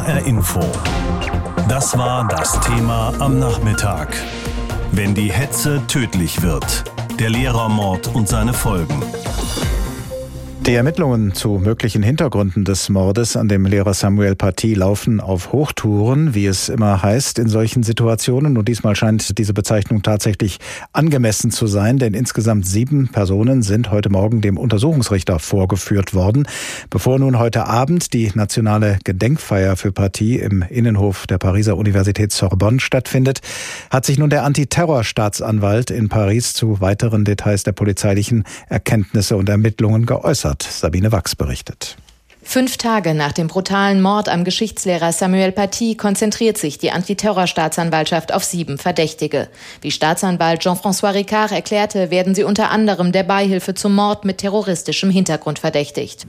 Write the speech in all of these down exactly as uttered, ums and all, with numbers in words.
R Info. Das war das Thema am Nachmittag. Wenn die Hetze tödlich wird. Der Lehrermord und seine Folgen. Die Ermittlungen zu möglichen Hintergründen des Mordes an dem Lehrer Samuel Paty laufen auf Hochtouren, wie es immer heißt in solchen Situationen. Und diesmal scheint diese Bezeichnung tatsächlich angemessen zu sein, denn insgesamt sieben Personen sind heute Morgen dem Untersuchungsrichter vorgeführt worden. Bevor nun heute Abend die nationale Gedenkfeier für Paty im Innenhof der Pariser Universität Sorbonne stattfindet, hat sich nun der Antiterrorstaatsanwalt in Paris zu weiteren Details der polizeilichen Erkenntnisse und Ermittlungen geäußert. Sabine Wachs berichtet. Fünf Tage nach dem brutalen Mord am Geschichtslehrer Samuel Paty konzentriert sich die Antiterrorstaatsanwaltschaft auf sieben Verdächtige. Wie Staatsanwalt Jean-François Ricard erklärte, werden sie unter anderem der Beihilfe zum Mord mit terroristischem Hintergrund verdächtigt.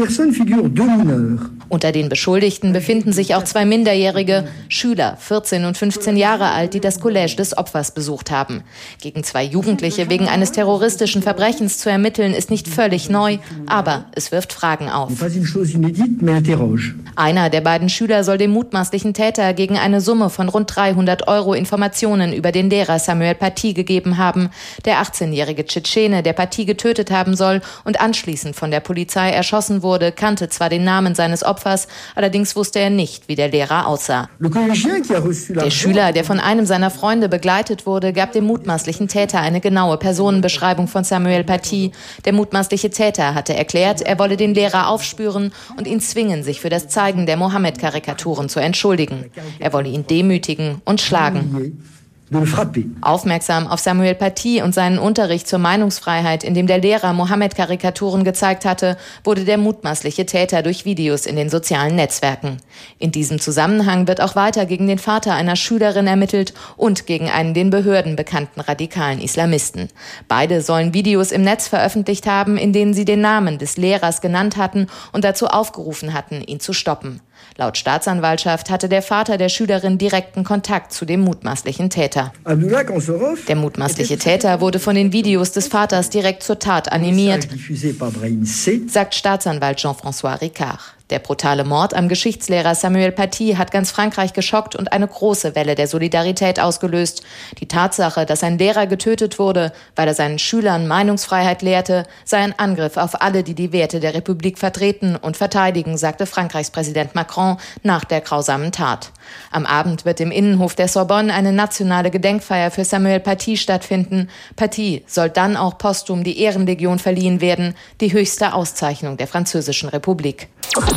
Unter den Beschuldigten befinden sich auch zwei minderjährige Schüler, vierzehn und fünfzehn Jahre alt, die das Collège des Opfers besucht haben. Gegen zwei Jugendliche wegen eines terroristischen Verbrechens zu ermitteln, ist nicht völlig neu, aber es wirft Fragen auf. Einer der beiden Schüler soll dem mutmaßlichen Täter gegen eine Summe von rund dreihundert Euro Informationen über den Lehrer Samuel Paty gegeben haben. Der achtzehnjährige Tschetschene, der Paty getötet haben soll und anschließend von der Polizei erschossen wurde, kannte zwar den Namen seines Opfers, allerdings wusste er nicht, wie der Lehrer aussah. Der Schüler, der von einem seiner Freunde begleitet wurde, gab dem mutmaßlichen Täter eine genaue Personenbeschreibung von Samuel Paty. Der mutmaßliche Täter hatte erklärt, er wolle den Lehrer aufspüren und ihn zwingen, sich für das Zeigen der Mohammed-Karikaturen zu entschuldigen. Er wolle ihn demütigen und schlagen. Aufmerksam auf Samuel Paty und seinen Unterricht zur Meinungsfreiheit, in dem der Lehrer Mohammed-Karikaturen gezeigt hatte, wurde der mutmaßliche Täter durch Videos in den sozialen Netzwerken. In diesem Zusammenhang wird auch weiter gegen den Vater einer Schülerin ermittelt und gegen einen den Behörden bekannten radikalen Islamisten. Beide sollen Videos im Netz veröffentlicht haben, in denen sie den Namen des Lehrers genannt hatten und dazu aufgerufen hatten, ihn zu stoppen. Laut Staatsanwaltschaft hatte der Vater der Schülerin direkten Kontakt zu dem mutmaßlichen Täter. Der mutmaßliche Täter wurde von den Videos des Vaters direkt zur Tat animiert, sagt Staatsanwalt Jean-François Ricard. Der brutale Mord am Geschichtslehrer Samuel Paty hat ganz Frankreich geschockt und eine große Welle der Solidarität ausgelöst. Die Tatsache, dass ein Lehrer getötet wurde, weil er seinen Schülern Meinungsfreiheit lehrte, sei ein Angriff auf alle, die die Werte der Republik vertreten und verteidigen, sagte Frankreichs Präsident Macron nach der grausamen Tat. Am Abend wird im Innenhof der Sorbonne eine nationale Gedenkfeier für Samuel Paty stattfinden. Paty soll dann auch posthum die Ehrenlegion verliehen werden, die höchste Auszeichnung der Französischen Republik.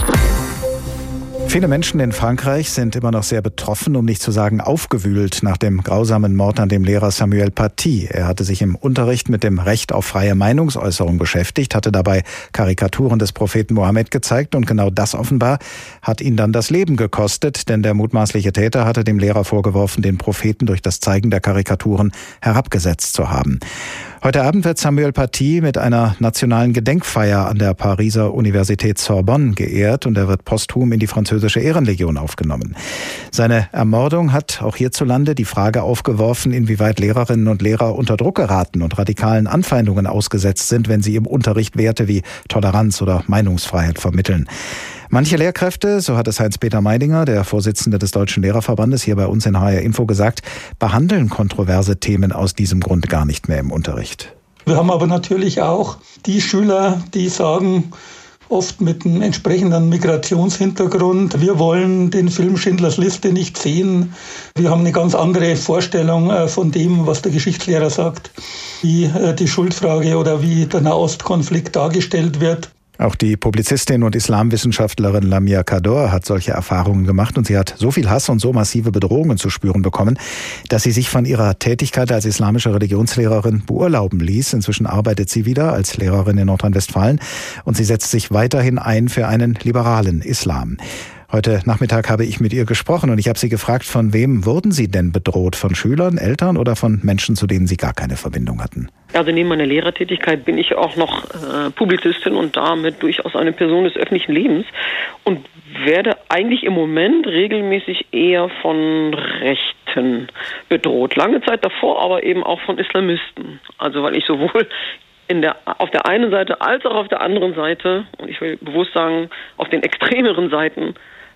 Viele Menschen in Frankreich sind immer noch sehr betroffen, um nicht zu sagen aufgewühlt, nach dem grausamen Mord an dem Lehrer Samuel Paty. Er hatte sich im Unterricht mit dem Recht auf freie Meinungsäußerung beschäftigt, hatte dabei Karikaturen des Propheten Mohammed gezeigt und genau das offenbar hat ihn dann das Leben gekostet, denn der mutmaßliche Täter hatte dem Lehrer vorgeworfen, den Propheten durch das Zeigen der Karikaturen herabgesetzt zu haben. Heute Abend wird Samuel Paty mit einer nationalen Gedenkfeier an der Pariser Universität Sorbonne geehrt und er wird posthum in die französische Ehrenlegion aufgenommen. Seine Ermordung hat auch hierzulande die Frage aufgeworfen, inwieweit Lehrerinnen und Lehrer unter Druck geraten und radikalen Anfeindungen ausgesetzt sind, wenn sie im Unterricht Werte wie Toleranz oder Meinungsfreiheit vermitteln. Manche Lehrkräfte, so hat es Heinz-Peter Meidinger, der Vorsitzende des Deutschen Lehrerverbandes, hier bei uns in H R Info gesagt, behandeln kontroverse Themen aus diesem Grund gar nicht mehr im Unterricht. Wir haben aber natürlich auch die Schüler, die sagen, oft mit einem entsprechenden Migrationshintergrund, wir wollen den Film Schindlers Liste nicht sehen. Wir haben eine ganz andere Vorstellung von dem, was der Geschichtslehrer sagt, wie die Schuldfrage oder wie der Nahostkonflikt dargestellt wird. Auch die Publizistin und Islamwissenschaftlerin Lamia Kador hat solche Erfahrungen gemacht und sie hat so viel Hass und so massive Bedrohungen zu spüren bekommen, dass sie sich von ihrer Tätigkeit als islamische Religionslehrerin beurlauben ließ. Inzwischen arbeitet sie wieder als Lehrerin in Nordrhein-Westfalen und sie setzt sich weiterhin ein für einen liberalen Islam. Heute Nachmittag habe ich mit ihr gesprochen und ich habe sie gefragt, von wem wurden Sie denn bedroht? Von Schülern, Eltern oder von Menschen, zu denen Sie gar keine Verbindung hatten? Also neben meiner Lehrertätigkeit bin ich auch noch äh, Publizistin und damit durchaus eine Person des öffentlichen Lebens und werde eigentlich im Moment regelmäßig eher von Rechten bedroht. Lange Zeit davor aber eben auch von Islamisten. Also weil ich sowohl in der, auf der einen Seite als auch auf der anderen Seite, und ich will bewusst sagen, auf den extremeren Seiten,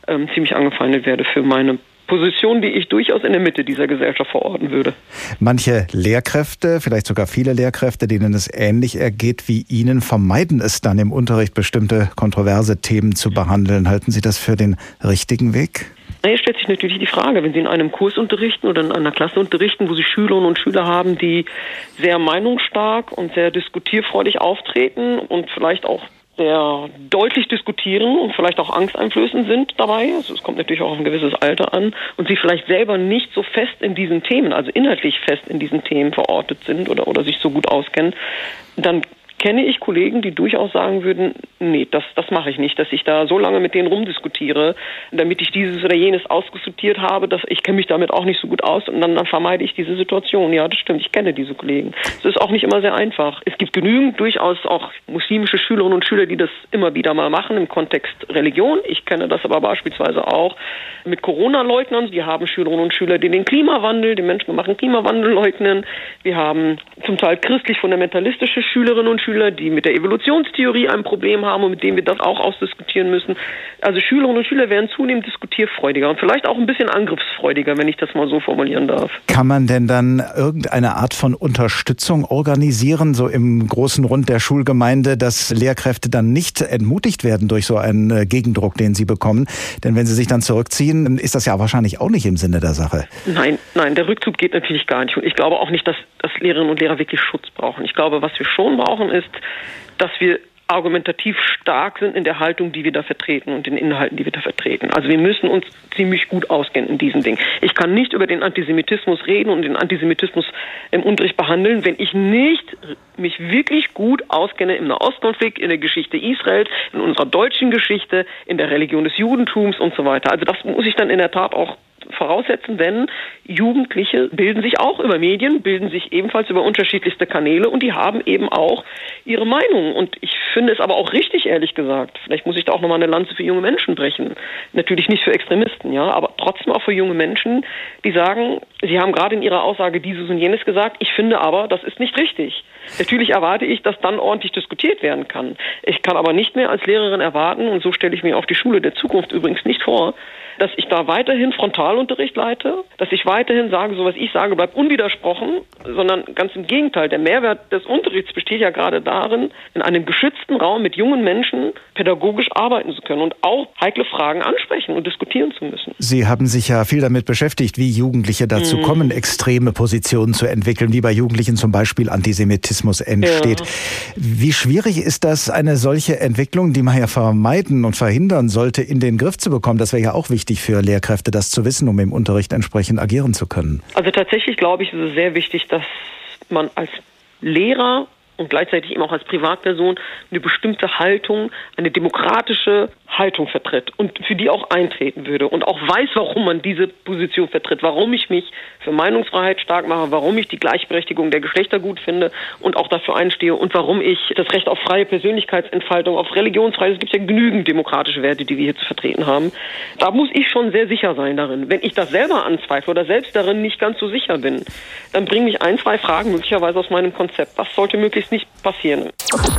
ähm, ziemlich angefeindet werde für meine Position, die ich durchaus in der Mitte dieser Gesellschaft verorten würde. Manche Lehrkräfte, vielleicht sogar viele Lehrkräfte, denen es ähnlich ergeht wie Ihnen, vermeiden es dann im Unterricht, bestimmte kontroverse Themen zu behandeln. Halten Sie das für den richtigen Weg? Hier stellt sich natürlich die Frage, wenn Sie in einem Kurs unterrichten oder in einer Klasse unterrichten, wo Sie Schülerinnen und Schüler haben, die sehr meinungsstark und sehr diskutierfreudig auftreten und vielleicht auch sehr deutlich diskutieren und vielleicht auch angsteinflößend sind dabei. Also es kommt natürlich auch auf ein gewisses Alter an und sie vielleicht selber nicht so fest in diesen Themen, also inhaltlich fest in diesen Themen verortet sind oder, oder sich so gut auskennen, dann kenne ich Kollegen, die durchaus sagen würden, nee, das, das mache ich nicht, dass ich da so lange mit denen rumdiskutiere, damit ich dieses oder jenes ausdiskutiert habe, dass ich kenne mich damit auch nicht so gut aus und dann, dann vermeide ich diese Situation. Ja, das stimmt, ich kenne diese Kollegen. Es ist auch nicht immer sehr einfach. Es gibt genügend durchaus auch muslimische Schülerinnen und Schüler, die das immer wieder mal machen im Kontext Religion. Ich kenne das aber beispielsweise auch mit Corona-Leugnern. Wir haben Schülerinnen und Schüler, die den Klimawandel, den menschengemachten Klimawandel leugnen. Wir haben zum Teil christlich-fundamentalistische Schülerinnen und Schüler, die mit der Evolutionstheorie ein Problem haben und mit denen wir das auch ausdiskutieren müssen. Also Schülerinnen und Schüler werden zunehmend diskutierfreudiger und vielleicht auch ein bisschen angriffsfreudiger, wenn ich das mal so formulieren darf. Kann man denn dann irgendeine Art von Unterstützung organisieren, so im großen Rund der Schulgemeinde, dass Lehrkräfte dann nicht entmutigt werden durch so einen Gegendruck, den sie bekommen? Denn wenn sie sich dann zurückziehen, ist das ja wahrscheinlich auch nicht im Sinne der Sache. Nein, nein, der Rückzug geht natürlich gar nicht. Und ich glaube auch nicht, dass, dass Lehrerinnen und Lehrer wirklich Schutz brauchen. Ich glaube, was wir schon brauchen, ist, dass wir argumentativ stark sind in der Haltung, die wir da vertreten und den Inhalten, die wir da vertreten. Also wir müssen uns ziemlich gut auskennen in diesen Dingen. Ich kann nicht über den Antisemitismus reden und den Antisemitismus im Unterricht behandeln, wenn ich nicht mich wirklich gut auskenne im Nahostkonflikt, in der Geschichte Israels, in unserer deutschen Geschichte, in der Religion des Judentums und so weiter. Also das muss ich dann in der Tat auch voraussetzen, denn Jugendliche bilden sich auch über Medien, bilden sich ebenfalls über unterschiedlichste Kanäle und die haben eben auch ihre Meinung. Und ich finde es aber auch richtig, ehrlich gesagt, vielleicht muss ich da auch nochmal eine Lanze für junge Menschen brechen. Natürlich nicht für Extremisten, ja, aber trotzdem auch für junge Menschen, die sagen, sie haben gerade in ihrer Aussage dieses und jenes gesagt, ich finde aber, das ist nicht richtig. Natürlich erwarte ich, dass dann ordentlich diskutiert werden kann. Ich kann aber nicht mehr als Lehrerin erwarten, und so stelle ich mir auch die Schule der Zukunft übrigens nicht vor, dass ich da weiterhin Frontalunterricht leite, dass ich weiterhin sage, so was ich sage, bleibt unwidersprochen, sondern ganz im Gegenteil. Der Mehrwert des Unterrichts besteht ja gerade darin, in einem geschützten Raum mit jungen Menschen pädagogisch arbeiten zu können und auch heikle Fragen ansprechen und diskutieren zu müssen. Sie haben sich ja viel damit beschäftigt, wie Jugendliche dazu mhm. kommen, extreme Positionen zu entwickeln, wie bei Jugendlichen zum Beispiel Antisemitismus entsteht. Ja. Wie schwierig ist das, eine solche Entwicklung, die man ja vermeiden und verhindern sollte, in den Griff zu bekommen? Das wäre ja auch wichtig für Lehrkräfte, das zu wissen, um im Unterricht entsprechend agieren zu können. Also tatsächlich glaube ich, ist es sehr wichtig, dass man als Lehrer und gleichzeitig eben auch als Privatperson eine bestimmte Haltung, eine demokratische Haltung vertritt und für die auch eintreten würde und auch weiß, warum man diese Position vertritt, warum ich mich für Meinungsfreiheit stark mache, warum ich die Gleichberechtigung der Geschlechter gut finde und auch dafür einstehe und warum ich das Recht auf freie Persönlichkeitsentfaltung, auf Religionsfreiheit, es gibt ja genügend demokratische Werte, die wir hier zu vertreten haben. Da muss ich schon sehr sicher sein darin. Wenn ich das selber anzweifle oder selbst darin nicht ganz so sicher bin, dann bringen mich ein, zwei Fragen möglicherweise aus meinem Konzept. Das sollte möglichst nicht passieren.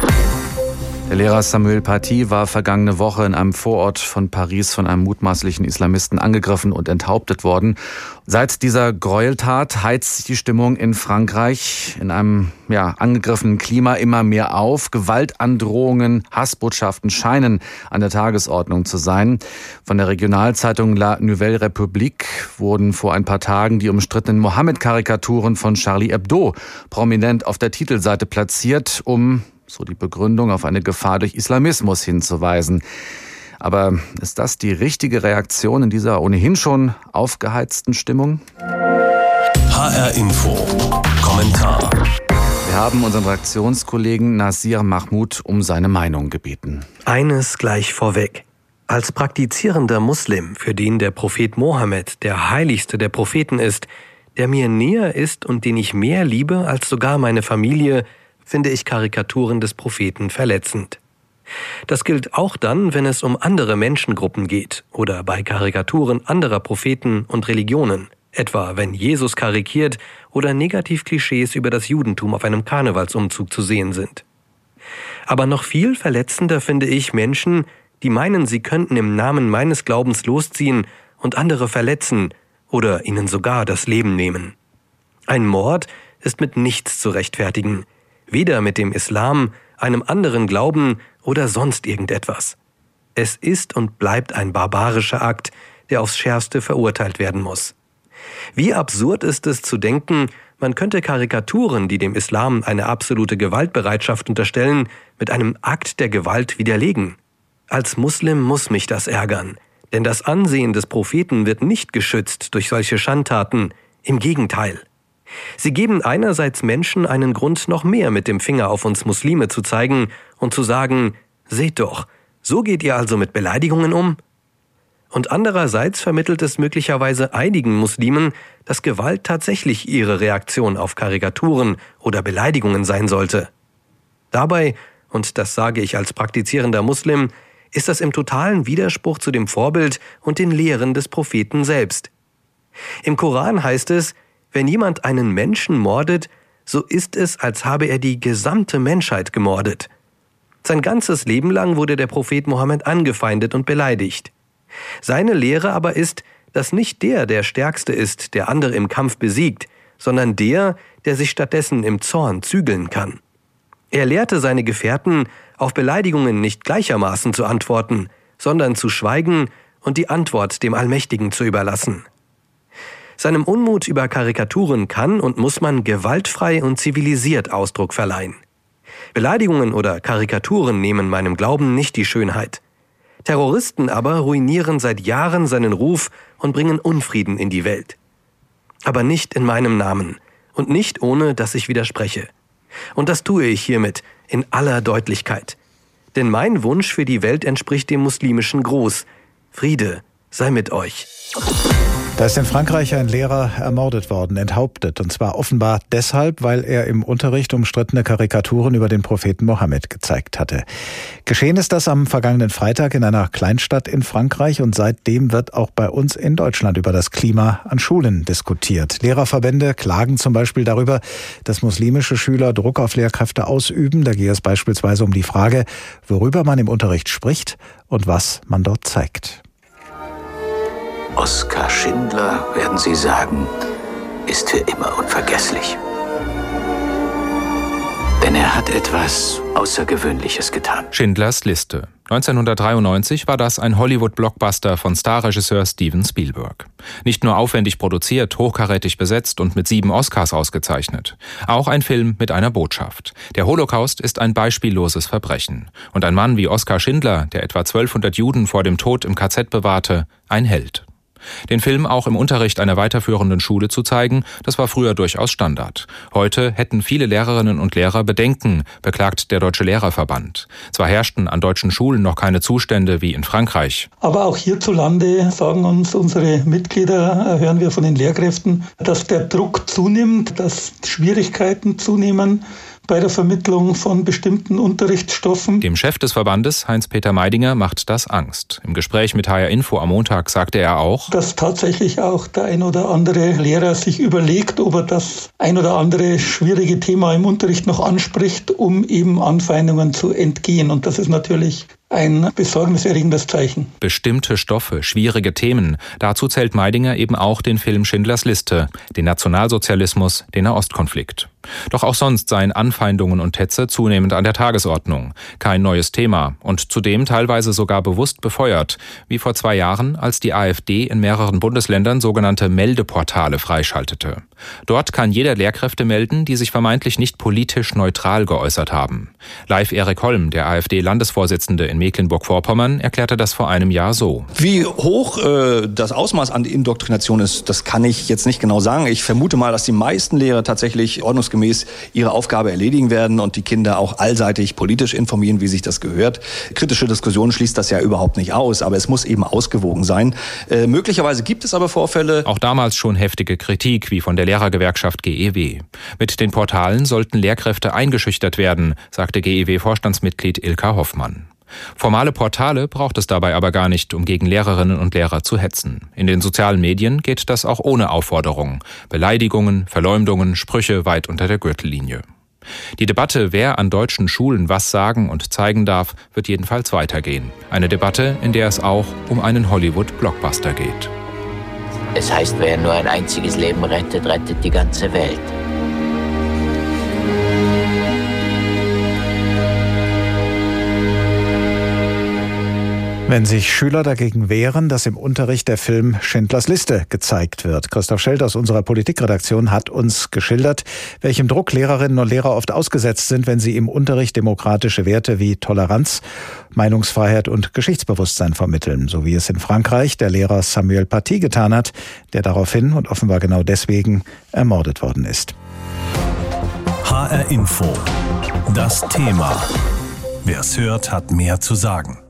Der Lehrer Samuel Paty war vergangene Woche in einem Vorort von Paris von einem mutmaßlichen Islamisten angegriffen und enthauptet worden. Seit dieser Gräueltat heizt sich die Stimmung in Frankreich in einem ja, angegriffenen Klima immer mehr auf. Gewaltandrohungen, Hassbotschaften scheinen an der Tagesordnung zu sein. Von der Regionalzeitung La Nouvelle République wurden vor ein paar Tagen die umstrittenen Mohammed-Karikaturen von Charlie Hebdo prominent auf der Titelseite platziert, um, so die Begründung, auf eine Gefahr durch Islamismus hinzuweisen. Aber ist das die richtige Reaktion in dieser ohnehin schon aufgeheizten Stimmung? H R Info. Kommentar. Wir haben unseren Redaktionskollegen Nasir Mahmoud um seine Meinung gebeten. Eines gleich vorweg. Als praktizierender Muslim, für den der Prophet Mohammed der heiligste der Propheten ist, der mir näher ist und den ich mehr liebe als sogar meine Familie, finde ich Karikaturen des Propheten verletzend. Das gilt auch dann, wenn es um andere Menschengruppen geht oder bei Karikaturen anderer Propheten und Religionen, etwa wenn Jesus karikiert oder Negativklischees über das Judentum auf einem Karnevalsumzug zu sehen sind. Aber noch viel verletzender finde ich Menschen, die meinen, sie könnten im Namen meines Glaubens losziehen und andere verletzen oder ihnen sogar das Leben nehmen. Ein Mord ist mit nichts zu rechtfertigen, weder mit dem Islam, einem anderen Glauben oder sonst irgendetwas. Es ist und bleibt ein barbarischer Akt, der aufs Schärfste verurteilt werden muss. Wie absurd ist es zu denken, man könnte Karikaturen, die dem Islam eine absolute Gewaltbereitschaft unterstellen, mit einem Akt der Gewalt widerlegen. Als Muslim muss mich das ärgern, denn das Ansehen des Propheten wird nicht geschützt durch solche Schandtaten, im Gegenteil. Sie geben einerseits Menschen einen Grund, noch mehr mit dem Finger auf uns Muslime zu zeigen und zu sagen, seht doch, so geht ihr also mit Beleidigungen um? Und andererseits vermittelt es möglicherweise einigen Muslimen, dass Gewalt tatsächlich ihre Reaktion auf Karikaturen oder Beleidigungen sein sollte. Dabei, und das sage ich als praktizierender Muslim, ist das im totalen Widerspruch zu dem Vorbild und den Lehren des Propheten selbst. Im Koran heißt es, wenn jemand einen Menschen mordet, so ist es, als habe er die gesamte Menschheit gemordet. Sein ganzes Leben lang wurde der Prophet Mohammed angefeindet und beleidigt. Seine Lehre aber ist, dass nicht der, der Stärkste ist, der andere im Kampf besiegt, sondern der, der sich stattdessen im Zorn zügeln kann. Er lehrte seine Gefährten, auf Beleidigungen nicht gleichermaßen zu antworten, sondern zu schweigen und die Antwort dem Allmächtigen zu überlassen. Seinem Unmut über Karikaturen kann und muss man gewaltfrei und zivilisiert Ausdruck verleihen. Beleidigungen oder Karikaturen nehmen meinem Glauben nicht die Schönheit. Terroristen aber ruinieren seit Jahren seinen Ruf und bringen Unfrieden in die Welt. Aber nicht in meinem Namen und nicht ohne, dass ich widerspreche. Und das tue ich hiermit in aller Deutlichkeit. Denn mein Wunsch für die Welt entspricht dem muslimischen Gruß. Friede sei mit euch. Da ist in Frankreich ein Lehrer ermordet worden, enthauptet. Und zwar offenbar deshalb, weil er im Unterricht umstrittene Karikaturen über den Propheten Mohammed gezeigt hatte. Geschehen ist das am vergangenen Freitag in einer Kleinstadt in Frankreich. Und seitdem wird auch bei uns in Deutschland über das Klima an Schulen diskutiert. Lehrerverbände klagen zum Beispiel darüber, dass muslimische Schüler Druck auf Lehrkräfte ausüben. Da gehe es beispielsweise um die Frage, worüber man im Unterricht spricht und was man dort zeigt. Oskar Schindler, werden Sie sagen, ist für immer unvergesslich. Denn er hat etwas Außergewöhnliches getan. Schindlers Liste. neunzehnhundertdreiundneunzig war das ein Hollywood-Blockbuster von Starregisseur Steven Spielberg. Nicht nur aufwendig produziert, hochkarätig besetzt und mit sieben Oscars ausgezeichnet. Auch ein Film mit einer Botschaft. Der Holocaust ist ein beispielloses Verbrechen. Und ein Mann wie Oskar Schindler, der etwa zwölfhundert Juden vor dem Tod im K Z bewahrte, ein Held. Den Film auch im Unterricht einer weiterführenden Schule zu zeigen, das war früher durchaus Standard. Heute hätten viele Lehrerinnen und Lehrer Bedenken, beklagt der Deutsche Lehrerverband. Zwar herrschten an deutschen Schulen noch keine Zustände wie in Frankreich. Aber auch hierzulande sagen uns unsere Mitglieder, hören wir von den Lehrkräften, dass der Druck zunimmt, dass Schwierigkeiten zunehmen bei der Vermittlung von bestimmten Unterrichtsstoffen. Dem Chef des Verbandes, Heinz-Peter Meidinger, macht das Angst. Im Gespräch mit H R Info am Montag sagte er auch, dass tatsächlich auch der ein oder andere Lehrer sich überlegt, ob er das ein oder andere schwierige Thema im Unterricht noch anspricht, um eben Anfeindungen zu entgehen. Und das ist natürlich ein besorgniserregendes Zeichen. Bestimmte Stoffe, schwierige Themen. Dazu zählt Meidinger eben auch den Film Schindlers Liste, den Nationalsozialismus, den Nahostkonflikt. Doch auch sonst seien Anfeindungen und Hetze zunehmend an der Tagesordnung. Kein neues Thema und zudem teilweise sogar bewusst befeuert, wie vor zwei Jahren, als die AfD in mehreren Bundesländern sogenannte Meldeportale freischaltete. Dort kann jeder Lehrkräfte melden, die sich vermeintlich nicht politisch neutral geäußert haben. Live Erik Holm, der AfD-Landesvorsitzende in Mecklenburg-Vorpommern, erklärte das vor einem Jahr so. Wie hoch äh, das Ausmaß an Indoktrination ist, das kann ich jetzt nicht genau sagen. Ich vermute mal, dass die meisten Lehrer tatsächlich ordnungsgemäß ihre Aufgabe erledigen werden und die Kinder auch allseitig politisch informieren, wie sich das gehört. Kritische Diskussion schließt das ja überhaupt nicht aus, aber es muss eben ausgewogen sein. Äh, möglicherweise gibt es aber Vorfälle. Auch damals schon heftige Kritik, wie von der Lehrergewerkschaft G E W. Mit den Portalen sollten Lehrkräfte eingeschüchtert werden, sagte G E W-Vorstandsmitglied Ilka Hoffmann. Formale Portale braucht es dabei aber gar nicht, um gegen Lehrerinnen und Lehrer zu hetzen. In den sozialen Medien geht das auch ohne Aufforderung. Beleidigungen, Verleumdungen, Sprüche weit unter der Gürtellinie. Die Debatte, wer an deutschen Schulen was sagen und zeigen darf, wird jedenfalls weitergehen. Eine Debatte, in der es auch um einen Hollywood-Blockbuster geht. Es heißt, wer nur ein einziges Leben rettet, rettet die ganze Welt. Wenn sich Schüler dagegen wehren, dass im Unterricht der Film Schindlers Liste gezeigt wird. Christoph Scheld aus unserer Politikredaktion hat uns geschildert, welchem Druck Lehrerinnen und Lehrer oft ausgesetzt sind, wenn sie im Unterricht demokratische Werte wie Toleranz, Meinungsfreiheit und Geschichtsbewusstsein vermitteln. So wie es in Frankreich der Lehrer Samuel Paty getan hat, der daraufhin und offenbar genau deswegen ermordet worden ist. H R Info. Das Thema. Wer es hört, hat mehr zu sagen.